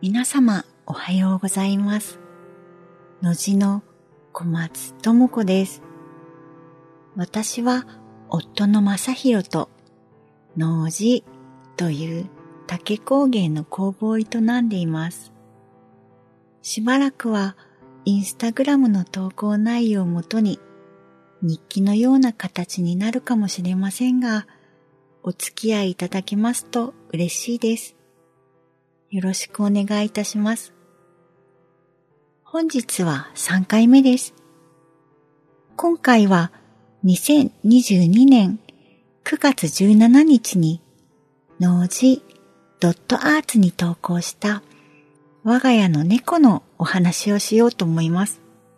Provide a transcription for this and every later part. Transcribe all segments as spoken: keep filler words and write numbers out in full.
皆様おはようございます。のじの小松智子です。私は夫の正弘とのじという竹工芸の工房を営んでいます。しばらくはインスタグラムの投稿内容をもとに日記のような形になるかもしれませんが、お付き合いいただけますと嬉しいです。よろしくお願いいたします。本日はさんかいめです。今回はにせんにじゅうにねんくがつじゅうしちにちにのじ .arts に投稿した我が家の猫のお話をしようと思います。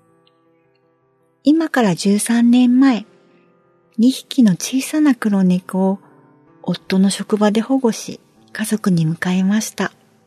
今からじゅうさんねんまえ、にひきの小さな黒猫を夫の職場で保護し家族に迎えました。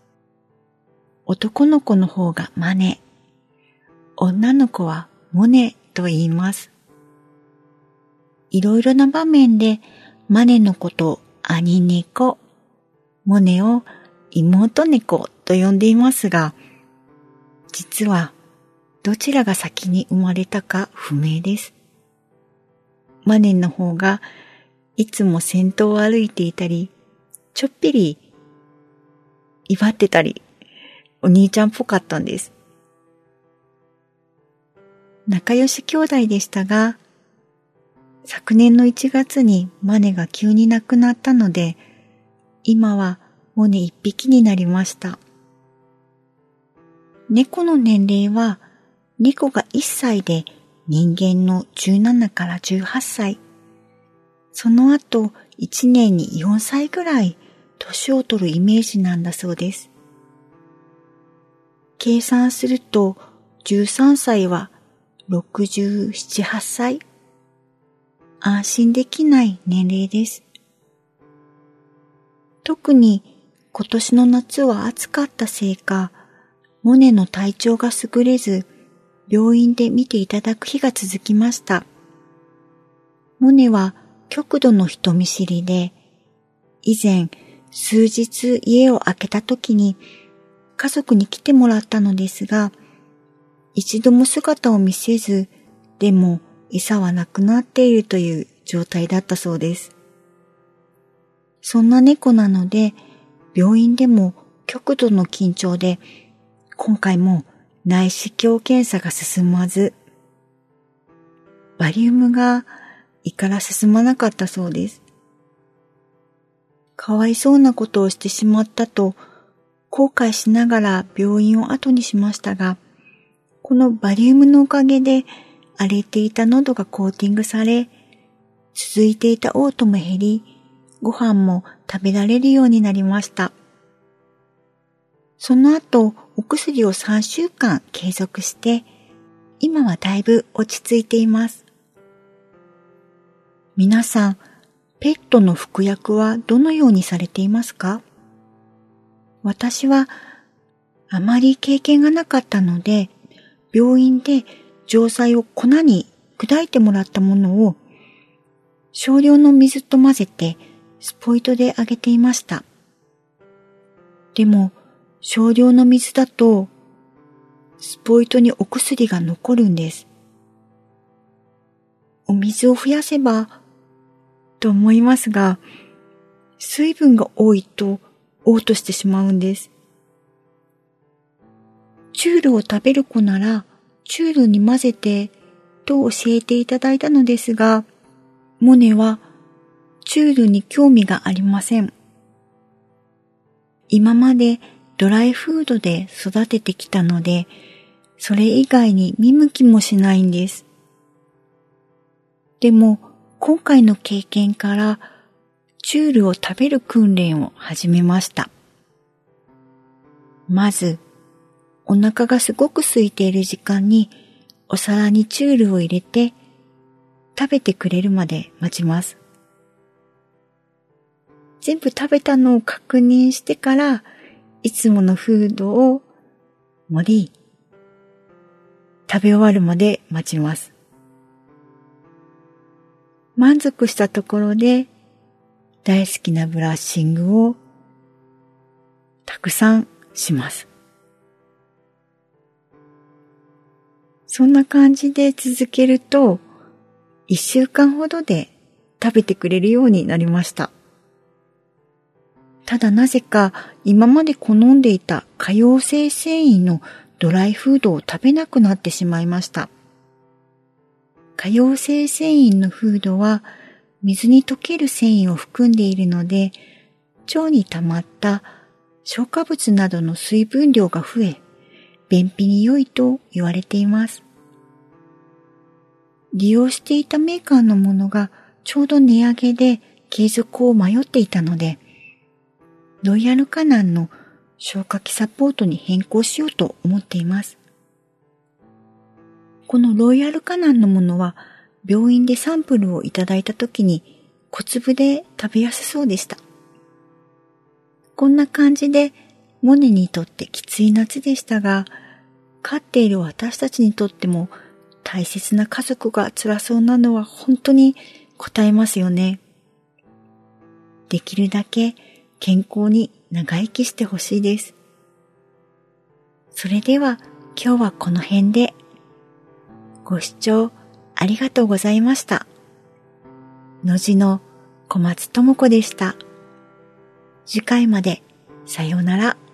男の子の方がマネ、女の子はモネと言います。いろいろな場面でマネのことを兄猫、モネを妹猫と呼んでいますが、実はどちらが先に生まれたか不明です。マネの方がいつも先頭を歩いていたり、ちょっぴり威張ってたり、お兄ちゃんっぽかったんです。仲良し兄弟でしたが、昨年のいちがつにマネが急に亡くなったので、今はモネ一匹になりました。猫の年齢は、猫がいっさいで人間のじゅうななからじゅうはっさい。その後いちねんによんさいぐらい年を取るイメージなんだそうです。計算するとじゅうさんさいはろくじゅうなな、はっさい。安心できない年齢です。特に今年の夏は暑かったせいか、モネの体調が優れず、病院で見ていただく日が続きました。モネは極度の人見知りで、以前数日家を空けた時に家族に来てもらったのですが、一度も姿を見せず、でも餌はなくなっているという状態だったそうです。そんな猫なので、病院でも極度の緊張で、今回も内視鏡検査が進まず、バリウムが胃から進まなかったそうです。かわいそうなことをしてしまったと、後悔しながら病院を後にしましたが、このバリウムのおかげで荒れていた喉がコーティングされ、続いていた嘔吐も減り、ご飯も食べられるようになりました。その後、お薬をさんしゅうかん継続して、今はだいぶ落ち着いています。皆さん、ペットの服薬はどのようにされていますか？私はあまり経験がなかったので、病院で錠剤を粉に砕いてもらったものを少量の水と混ぜてスポイトであげていました。でも少量の水だとスポイトにお薬が残るんです。お水を増やせばと思いますが、水分が多いと嘔吐してしまうんです。チュールを食べる子ならチュールに混ぜてと教えていただいたのですが、モネはチュールに興味がありません。今までドライフードで育ててきたので、それ以外に見向きもしないんです。でも今回の経験からチュールを食べる訓練を始めました。まず、お腹がすごく空いている時間にお皿にチュールを入れて食べてくれるまで待ちます。全部食べたのを確認してからいつものフードを盛り、食べ終わるまで待ちます。満足したところで大好きなブラッシングをたくさんします。 そんな感じで続けると、一週間ほどで食べてくれるようになりました。ただなぜか今まで好んでいた可溶性繊維のドライフードを食べなくなってしまいました。可溶性繊維のフードは水に溶ける繊維を含んでいるので、腸に溜まった消化物などの水分量が増え、便秘に良いと言われています。利用していたメーカーのものがちょうど値上げで継続を迷っていたので、ロイヤルカナンの消化器サポートに変更しようと思っています。このロイヤルカナンのものは病院でサンプルをいただいたときに小粒で食べやすそうでした。こんな感じでモネにとってきつい夏でしたが、飼っている私たちにとっても大切な家族が辛そうなのは本当に応えますよね。できるだけ健康に長生きしてほしいです。それでは今日はこの辺で。ご視聴ありがとうございました。のじの小松智子でした。次回までさようなら。